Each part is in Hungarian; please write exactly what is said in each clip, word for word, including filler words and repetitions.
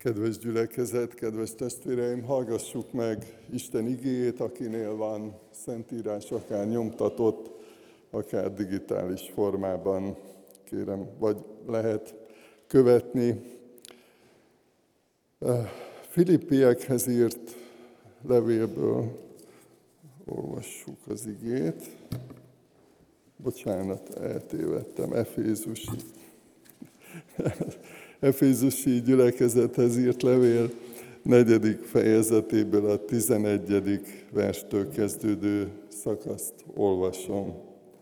Kedves gyülekezet, kedves testvéreim, hallgassuk meg Isten igéjét, akinél van Szentírás, akár nyomtatott, akár digitális formában, kérem, vagy lehet követni. Filippiekhez írt levélből olvassuk az igét. Bocsánat, eltévedtem, Efézusi. Efézusi gyülekezethez írt levél negyedik fejezetéből a tizenegyedik verstől kezdődő szakaszt olvasom.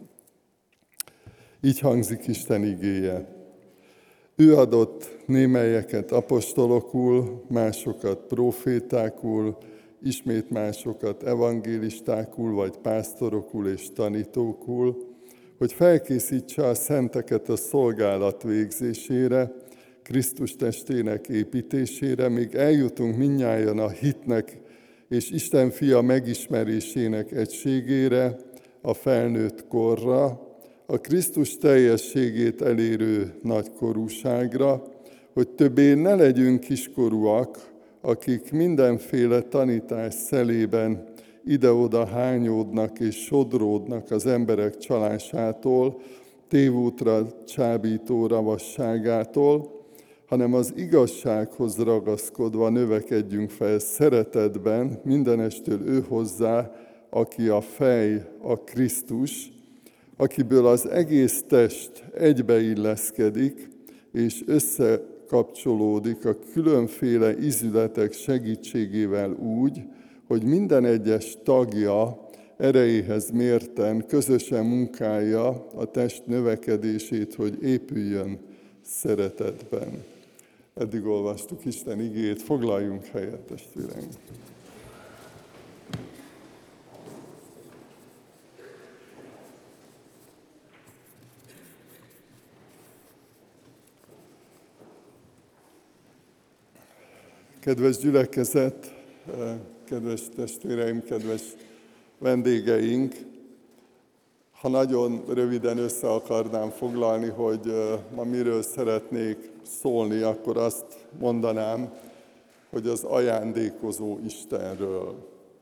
Így hangzik Isten igéje. Ő adott némelyeket apostolokul, másokat prófétákul, ismét másokat evangélistákul vagy pásztorokul és tanítókul, hogy felkészítse a szenteket a szolgálat végzésére, Krisztus testének építésére, míg eljutunk mindnyájan a hitnek és Isten fia megismerésének egységére, a felnőtt korra, a Krisztus teljességét elérő nagykorúságra, hogy többé ne legyünk kiskorúak, akik mindenféle tanítás szelében ide-oda hányódnak és sodródnak az emberek csalásától, tévútra csábító ravasságától, hanem az igazsághoz ragaszkodva növekedjünk fel szeretetben mindenestől ő hozzá, aki a fej, a Krisztus, akiből az egész test egybeilleszkedik, és összekapcsolódik a különféle ízületek segítségével úgy, hogy minden egyes tagja erejéhez mérten közösen munkálja a test növekedését, hogy épüljön szeretetben. Eddig olvastuk Isten igéjét, foglaljunk helyet, testvéreim! Kedves gyülekezet, kedves testvéreim, kedves vendégeink! Ha nagyon röviden össze akarnám foglalni, hogy ma miről szeretnék szólni, akkor azt mondanám, hogy az ajándékozó Istenről.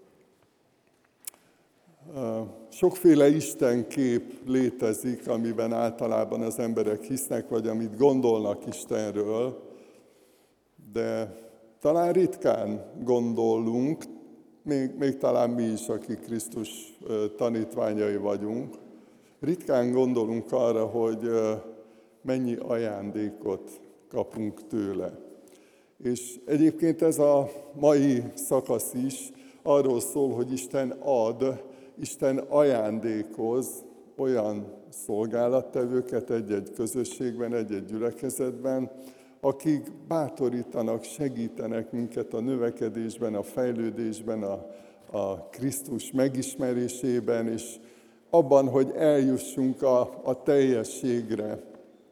Sokféle istenkép létezik, amiben általában az emberek hisznek, vagy amit gondolnak Istenről, de talán ritkán gondolunk, még, még talán mi is, akik Krisztus tanítványai vagyunk, ritkán gondolunk arra, hogy mennyi ajándékot kapunk tőle. És egyébként ez a mai szakasz is arról szól, hogy Isten ad, Isten ajándékoz olyan szolgálattevőket egy-egy közösségben, egy-egy gyülekezetben, akik bátorítanak, segítenek minket a növekedésben, a fejlődésben, a, a Krisztus megismerésében, és abban, hogy eljussunk a, a teljességre.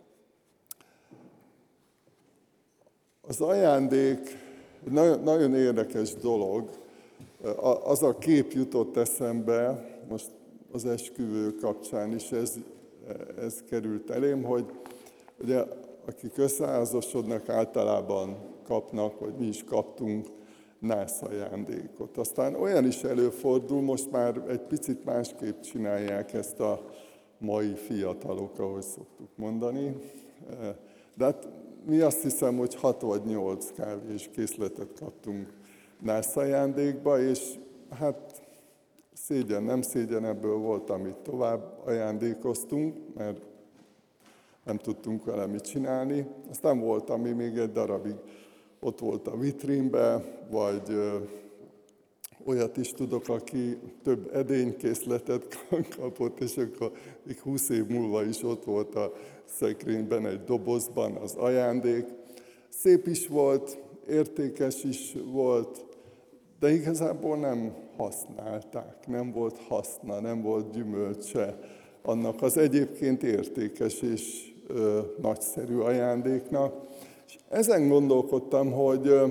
Az ajándék nagyon, nagyon érdekes dolog. Az a kép jutott eszembe, most az esküvő kapcsán is ez, ez került elém, hogy ugye, akik összeházasodnak, általában kapnak, vagy mi is kaptunk nászajándékot. Aztán olyan is előfordul, most már egy picit másképp csinálják ezt a mai fiatalok, ahogy szoktuk mondani. De hát mi azt hiszem, hogy hat vagy nyolc kávés készletet kaptunk nászajándékba, és hát szégyen, nem szégyen, ebből volt, amit tovább ajándékoztunk, mert nem tudtunk vele mit csinálni. Aztán volt, ami még egy darabig ott volt a vitrínben, vagy ö, olyat is tudok, aki több edénykészletet kapott, és akkor még húsz év múlva is ott volt a szekrényben, egy dobozban az ajándék. Szép is volt, értékes is volt, de igazából nem használták, nem volt haszna, nem volt gyümölcse annak az egyébként értékes és ö, nagyszerű ajándéknak. És ezen gondolkodtam, hogy, ö,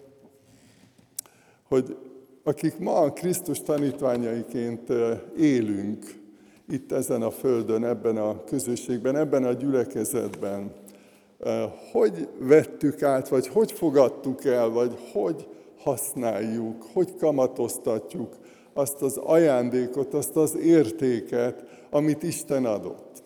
hogy akik ma a Krisztus tanítványaiként ö, élünk itt ezen a földön, ebben a közösségben, ebben a gyülekezetben, hogy vettük át, vagy hogy fogadtuk el, vagy hogy használjuk, hogy kamatoztatjuk azt az ajándékot, azt az értéket, amit Isten adott.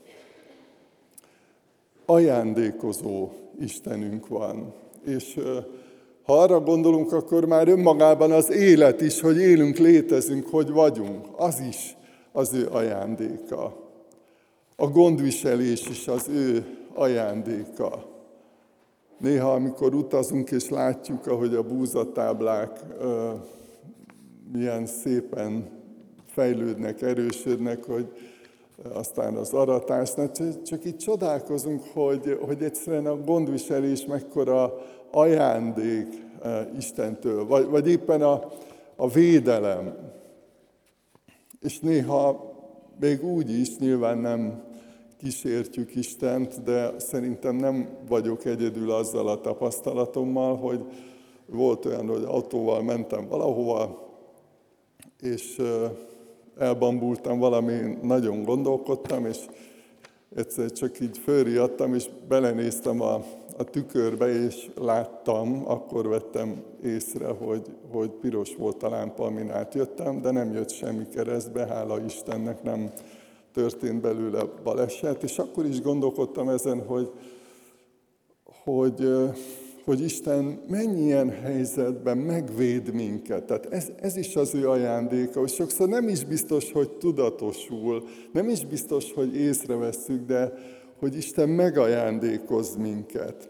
Ajándékozó Istenünk van. És ha arra gondolunk, akkor már önmagában az élet is, hogy élünk, létezünk, hogy vagyunk, az is az ő ajándéka. A gondviselés is az ő ajándéka. Néha, amikor utazunk és látjuk, ahogy a búzatáblák ö, milyen szépen fejlődnek, erősödnek, hogy aztán az aratásnál, csak így csodálkozunk, hogy, hogy egyszerűen a gondviselés mekkora ajándék Istentől, vagy, vagy éppen a, a védelem. És néha még úgy is, nyilván nem kísértjük Istent, de szerintem nem vagyok egyedül azzal a tapasztalatommal, hogy volt olyan, hogy autóval mentem valahova, és elbambultam, valami, nagyon gondolkodtam, és egyszer csak így fölriadtam, és belenéztem a, a tükörbe, és láttam, akkor vettem észre, hogy, hogy piros volt a lámpa, amin átjöttem, de nem jött semmi keresztbe, hála Istennek nem történt belőle baleset, és akkor is gondolkodtam ezen, hogy, hogy, hogy Isten mennyi ilyen helyzetben megvéd minket. Tehát ez, ez is az ő ajándéka, és sokszor nem is biztos, hogy tudatosul, nem is biztos, hogy észrevesszük, de hogy Isten megajándékoz minket.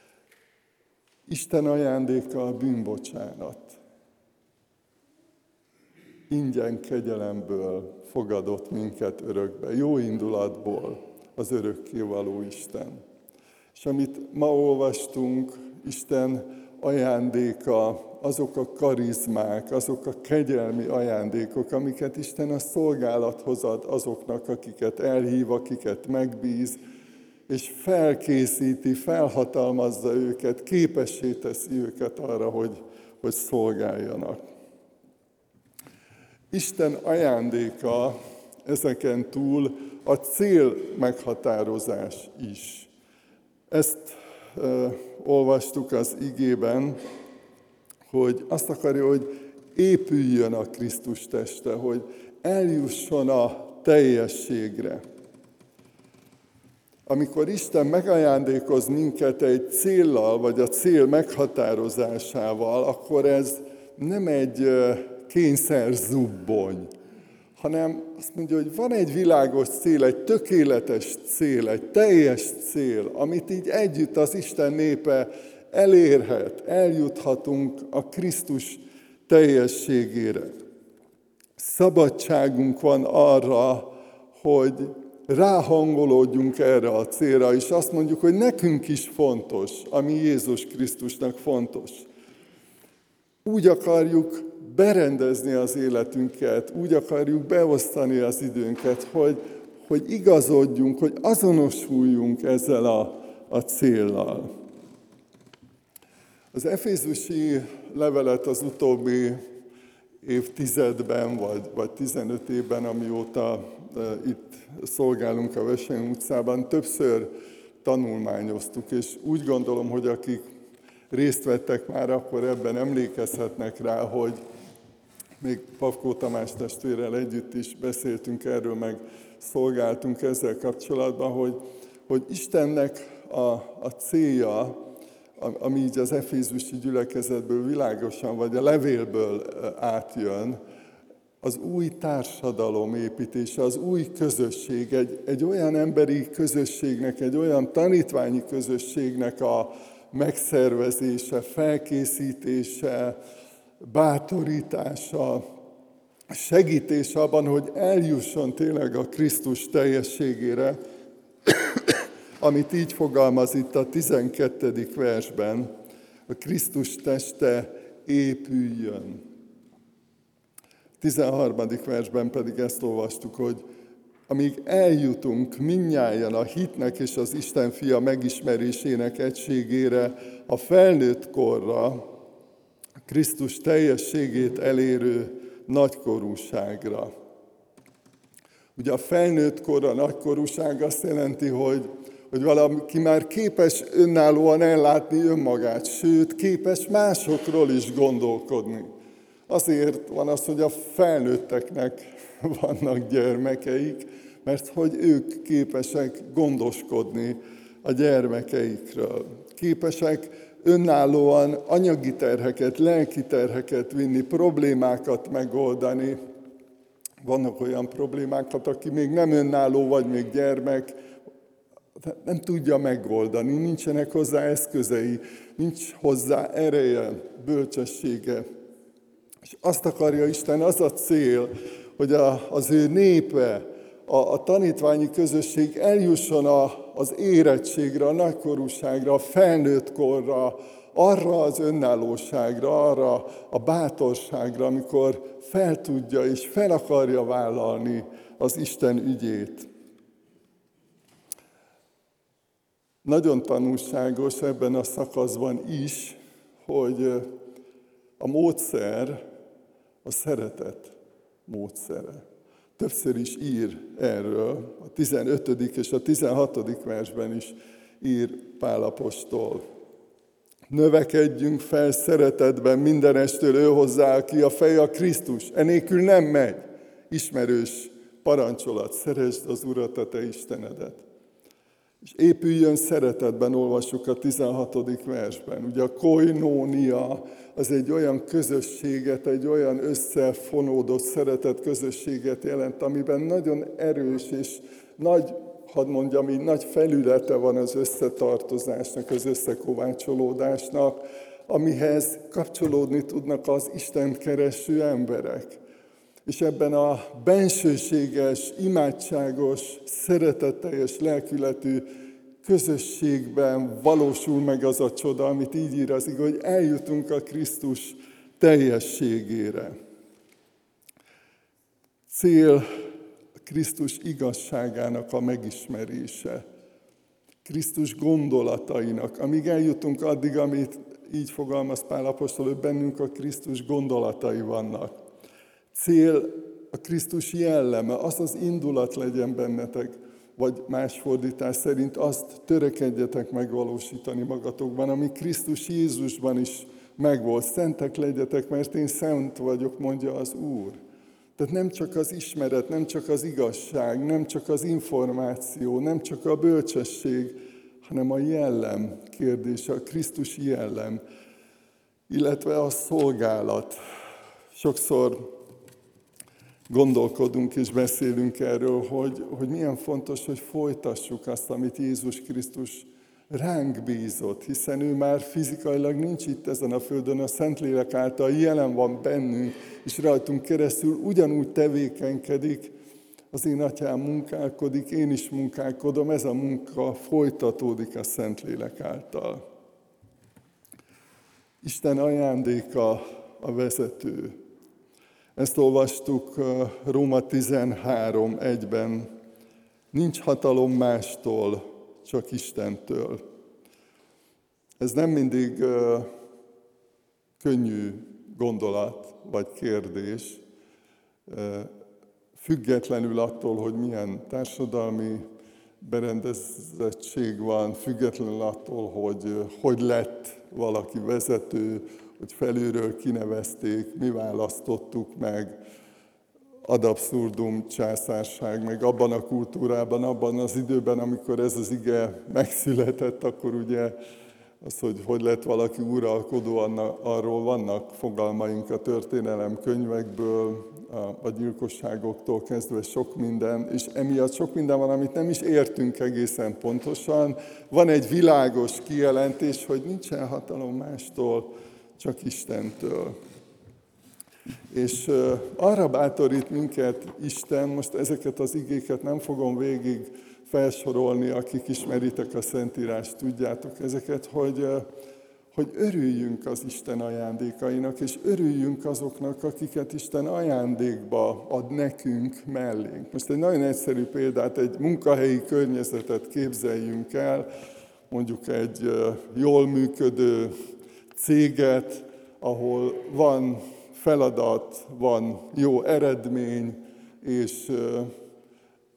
Isten ajándéka a bűnbocsánat. Ingyen kegyelemből fogadott minket örökbe, jó indulatból az örökkévaló Isten. És amit ma olvastunk, Isten ajándéka, azok a karizmák, azok a kegyelmi ajándékok, amiket Isten a szolgálathoz ad azoknak, akiket elhív, akiket megbíz, és felkészíti, felhatalmazza őket, képessé teszi őket arra, hogy, hogy szolgáljanak. Isten ajándéka ezeken túl a cél meghatározás is. Ezt e, olvastuk az igében, hogy azt akarja, hogy épüljön a Krisztus teste, hogy eljusson a teljességre. Amikor Isten megajándékoz minket egy céllal, vagy a cél meghatározásával, akkor ez nem egy kényszer zubbony, hanem azt mondja, hogy van egy világos cél, egy tökéletes cél, egy teljes cél, amit így együtt az Isten népe elérhet, eljuthatunk a Krisztus teljességére. Szabadságunk van arra, hogy ráhangolódjunk erre a célra, és azt mondjuk, hogy nekünk is fontos, ami Jézus Krisztusnak fontos. Úgy akarjuk berendezni az életünket, úgy akarjuk beosztani az időnket, hogy, hogy igazodjunk, hogy azonosuljunk ezzel a, a céllal. Az efézusi levelet az utóbbi évtizedben, vagy, vagy tizenöt évben, amióta e, itt szolgálunk a Veselny utcában, többször tanulmányoztuk, és úgy gondolom, hogy akik részt vettek már, akkor ebben emlékezhetnek rá, hogy még Pavkó Tamás testvérrel együtt is beszéltünk erről, meg szolgáltunk ezzel kapcsolatban, hogy, hogy Istennek a, a célja, ami így az efézusi gyülekezetből világosan, vagy a levélből átjön, az új társadalom építése, az új közösség, egy, egy olyan emberi közösségnek, egy olyan tanítványi közösségnek a megszervezése, felkészítése, bátorítása, segítése abban, hogy eljusson tényleg a Krisztus teljességére, amit így fogalmaz itt a tizenkettedik versben, a Krisztus teste épüljön. A tizenharmadik versben pedig ezt olvastuk, hogy amíg eljutunk mindnyájan a hitnek és az Isten fia megismerésének egységére, a felnőtt korra, a Krisztus teljességét elérő nagykorúságra. Ugye a felnőtt kor, a nagykorúság azt jelenti, hogy, hogy valaki már képes önállóan ellátni önmagát, sőt, képes másokról is gondolkodni. Azért van az, hogy a felnőtteknek vannak gyermekeik, mert hogy ők képesek gondoskodni a gyermekeikről. Képesek önállóan anyagi terheket, lelki terheket vinni, problémákat megoldani. Vannak olyan problémákat, aki még nem önálló, vagy még gyermek, nem tudja megoldani, nincsenek hozzá eszközei, nincs hozzá ereje, bölcsessége. És azt akarja Isten, az a cél, hogy a, az ő népe, a, a tanítványi közösség eljusson a, az érettségre, a nagykorúságra, a felnőtt korra, arra az önállóságra, arra a bátorságra, amikor fel tudja és fel akarja vállalni az Isten ügyét. Nagyon tanulságos ebben a szakaszban is, hogy a módszer a szeretet módszere. Többször is ír erről, a tizenötödik és a tizenhatodik versben is ír Pál apostol. Növekedjünk fel szeretetben mindenestől ő hozzá, aki a fej a Krisztus. Enélkül nem megy. Ismerős parancsolat, szeresd az Urat, a te Istenedet. És épüljön szeretetben, olvassuk a tizenhatodik versben. Ugye a koinónia az egy olyan közösséget, egy olyan összefonódott szeretet közösséget jelent, amiben nagyon erős és nagy, hadd mondjam így, nagy felülete van az összetartozásnak, az összekovácsolódásnak, amihez kapcsolódni tudnak az Istent kereső emberek. És ebben a bensőséges, imádságos, szeretetteljes lelkületű közösségben valósul meg az a csoda, amit így ír az ige, hogy eljutunk a Krisztus teljességére. Cél a Krisztus igazságának a megismerése. Krisztus gondolatainak, amíg eljutunk addig, amit így fogalmaz Pál apostol, hogy bennünk a Krisztus gondolatai vannak. Cél a Krisztus jelleme, az az indulat legyen bennetek, vagy más fordítás szerint azt törekedjetek megvalósítani magatokban, ami Krisztus Jézusban is megvolt. Szentek legyetek, mert én szent vagyok, mondja az Úr. Tehát nem csak az ismeret, nem csak az igazság, nem csak az információ, nem csak a bölcsesség, hanem a jellem kérdése, a Krisztusi jellem, illetve a szolgálat. Sokszor gondolkodunk és beszélünk erről, hogy, hogy milyen fontos, hogy folytassuk azt, amit Jézus Krisztus ránk bízott, hiszen ő már fizikailag nincs itt ezen a földön, a Szentlélek által jelen van bennünk, és rajtunk keresztül ugyanúgy tevékenykedik. Az én atyám munkálkodik, én is munkálkodom, ez a munka folytatódik a Szentlélek által. Isten ajándéka a vezető. Ezt olvastuk Róma tizenhárom egyben. Nincs hatalom mástól, csak Istentől. Ez nem mindig uh, könnyű gondolat vagy kérdés, uh, függetlenül attól, hogy milyen társadalmi berendezettség van, függetlenül attól, hogy uh, hogy lett valaki vezető, hogy felülről kinevezték, mi választottuk meg, ad abszurdum császárság, meg abban a kultúrában, abban az időben, amikor ez az ige megszületett, akkor ugye az, hogy hogy lett valaki uralkodó, arról vannak fogalmaink a történelem könyvekből, a gyilkosságoktól kezdve sok minden, és emiatt sok minden van, amit nem is értünk egészen pontosan. Van egy világos kijelentés, hogy nincsen hatalom mástól, csak Istentől. És arra bátorít minket Isten, most ezeket az igéket nem fogom végig felsorolni, akik ismeritek a Szentírást, tudjátok ezeket, hogy, hogy örüljünk az Isten ajándékainak, és örüljünk azoknak, akiket Isten ajándékba ad nekünk mellénk. Most egy nagyon egyszerű példát, egy munkahelyi környezetet képzeljünk el, mondjuk egy jól működő céget, ahol van feladat, van jó eredmény, és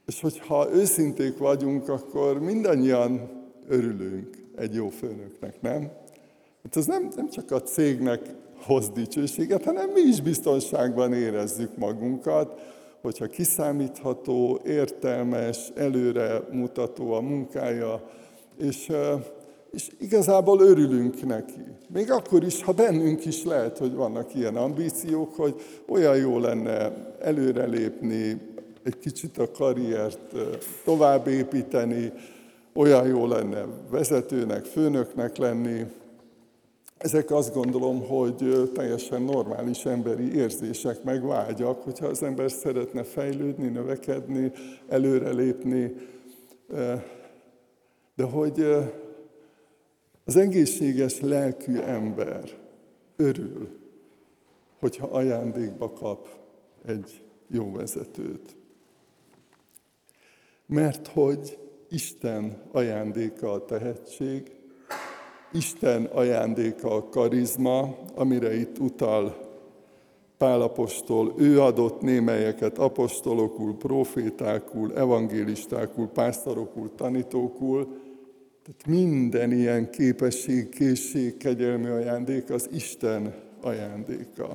És hogyha őszinték vagyunk, akkor mindannyian örülünk egy jó főnöknek, nem? Hát ez nem, nem csak a cégnek hoz dicsőséget, hanem mi is biztonságban érezzük magunkat, hogyha kiszámítható, értelmes, előre mutató a munkája, és, és igazából örülünk neki. Még akkor is, ha bennünk is lehet, hogy vannak ilyen ambíciók, hogy olyan jó lenne előrelépni, egy kicsit a karriert tovább építeni, olyan jó lenne vezetőnek, főnöknek lenni. Ezek azt gondolom, hogy teljesen normális emberi érzések, meg vágyak, hogyha az ember szeretne fejlődni, növekedni, előrelépni. De hogy az egészséges lelkű ember örül, hogyha ajándékba kap egy jó vezetőt. Mert hogy Isten ajándéka a tehetség, Isten ajándéka a karizma, amire itt utal Pál apostol. Ő adott némelyeket apostolokul, profétákul, evangélistákul, pásztorokul, tanítókul. Tehát minden ilyen képesség, készség, kegyelmi ajándék az Isten ajándéka.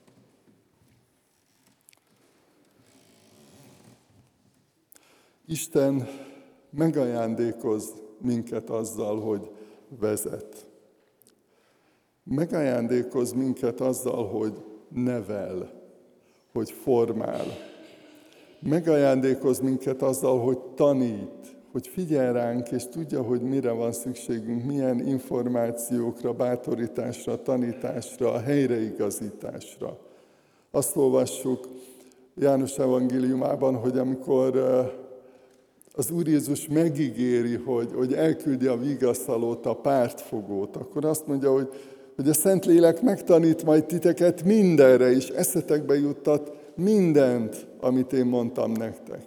Isten megajándékoz minket azzal, hogy vezet. Megajándékoz minket azzal, hogy nevel, hogy formál. Megajándékoz minket azzal, hogy tanít, hogy figyel ránk, és tudja, hogy mire van szükségünk, milyen információkra, bátorításra, tanításra, helyreigazításra. Azt olvassuk János evangéliumában, hogy amikor az Úr Jézus megígéri, hogy, hogy elküldi a vigasztalót, a pártfogót, akkor azt mondja, hogy, hogy a Szentlélek megtanít majd titeket mindenre, és eszetekbe juttat mindent, amit én mondtam nektek.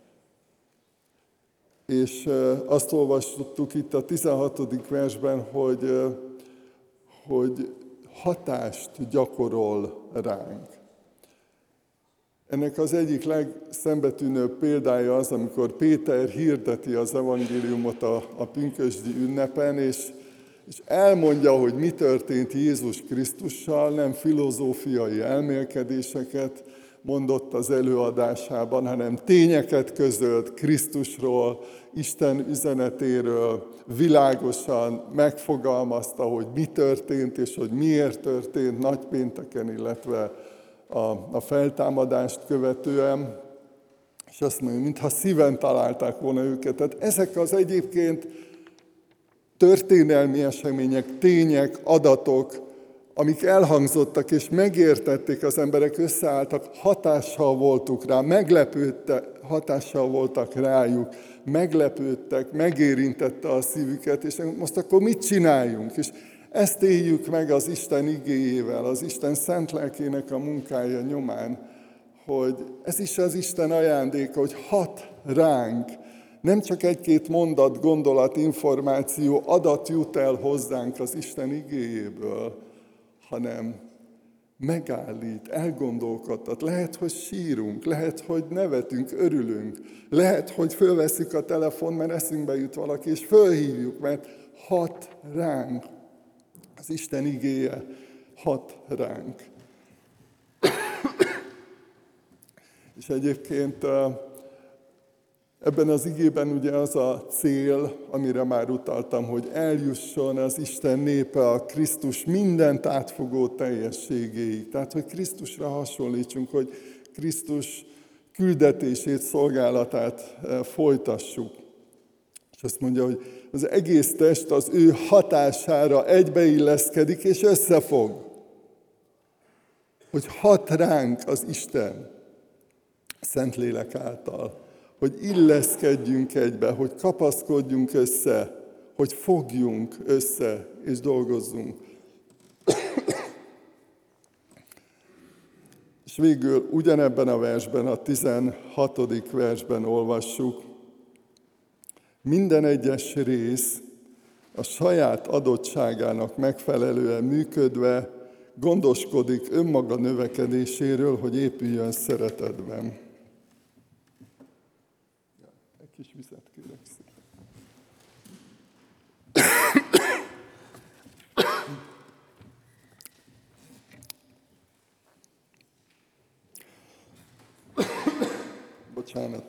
És azt olvastuk itt a tizenhatodik versben, hogy, hogy hatást gyakorol ránk. Ennek az egyik legszembetűnőbb példája az, amikor Péter hirdeti az evangéliumot a, a pünkösdi ünnepen, és, és elmondja, hogy mi történt Jézus Krisztussal, nem filozófiai elmélkedéseket mondott az előadásában, hanem tényeket közölt Krisztusról, Isten üzenetéről, világosan megfogalmazta, hogy mi történt, és hogy miért történt nagypénteken, illetve a, a feltámadást követően, és azt mondja, mintha szíven találták volna őket. Tehát ezek az egyébként történelmi események, tények, adatok, amik elhangzottak és megértették az emberek, összeálltak, hatással voltunk rá, meglepődtek, hatással voltak rájuk, meglepődtek, megérintette a szívüket, és most akkor mit csináljunk? És ezt éljük meg az Isten igéjével, az Isten szent lelkének a munkája nyomán, hogy ez is az Isten ajándéka, hogy hat ránk, nem csak egy-két mondat, gondolat, információ, adat jut el hozzánk az Isten igéjéből, hanem megállít, elgondolkodtat. Lehet, hogy sírunk, lehet, hogy nevetünk, örülünk, lehet, hogy fölveszünk a telefon, mert eszünkbe jut valaki, és fölhívjuk, mert hat ránk. Az Isten igéje hat ránk. És egyébként ebben az igében ugye az a cél, amire már utaltam, hogy eljusson az Isten népe a Krisztus mindent átfogó teljességéig. Tehát, hogy Krisztusra hasonlítsunk, hogy Krisztus küldetését, szolgálatát folytassuk. És azt mondja, hogy az egész test az ő hatására egybeilleszkedik és összefog. Hogy hat ránk az Isten Szentlélek által. Hogy illeszkedjünk egybe, hogy kapaszkodjunk össze, hogy fogjunk össze és dolgozzunk. És végül ugyanebben a versben, a tizenhatodik versben olvassuk, minden egyes rész a saját adottságának megfelelően működve gondoskodik önmaga növekedéséről, hogy épüljön szeretetben. Kis vizet kérek szépen. Bocsánat.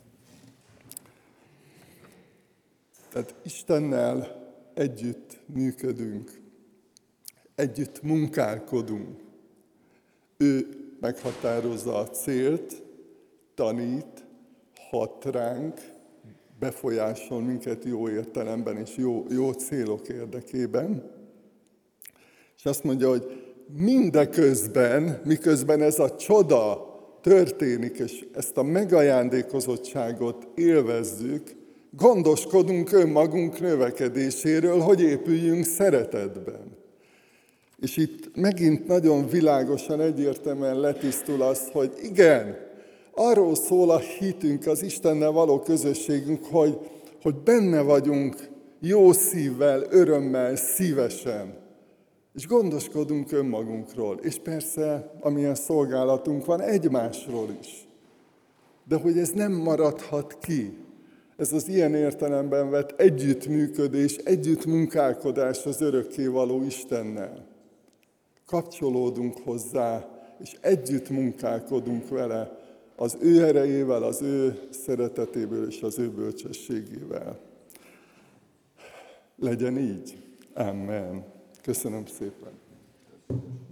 Tehát Istennel együtt működünk, együtt munkálkodunk. Ő meghatározza a célt, tanít, hat ránk, befolyásol minket jó értelemben és jó, jó célok érdekében. És azt mondja, hogy mindeközben, miközben ez a csoda történik, és ezt a megajándékozottságot élvezzük, gondoskodunk önmagunk növekedéséről, hogy épüljünk szeretetben. És itt megint nagyon világosan, egyértelműen letisztul az, hogy igen, arról szól a hitünk, az Istennel való közösségünk, hogy, hogy benne vagyunk jó szívvel, örömmel, szívesen. És gondoskodunk önmagunkról, és persze, amilyen szolgálatunk van, egymásról is. De hogy ez nem maradhat ki. Ez az ilyen értelemben vett együttműködés, együttmunkálkodás az örökkévaló Istennel. Kapcsolódunk hozzá, és együtt munkálkodunk vele az ő erejével, az ő szeretetéből és az ő bölcsességével. Legyen így. Amen. Köszönöm szépen.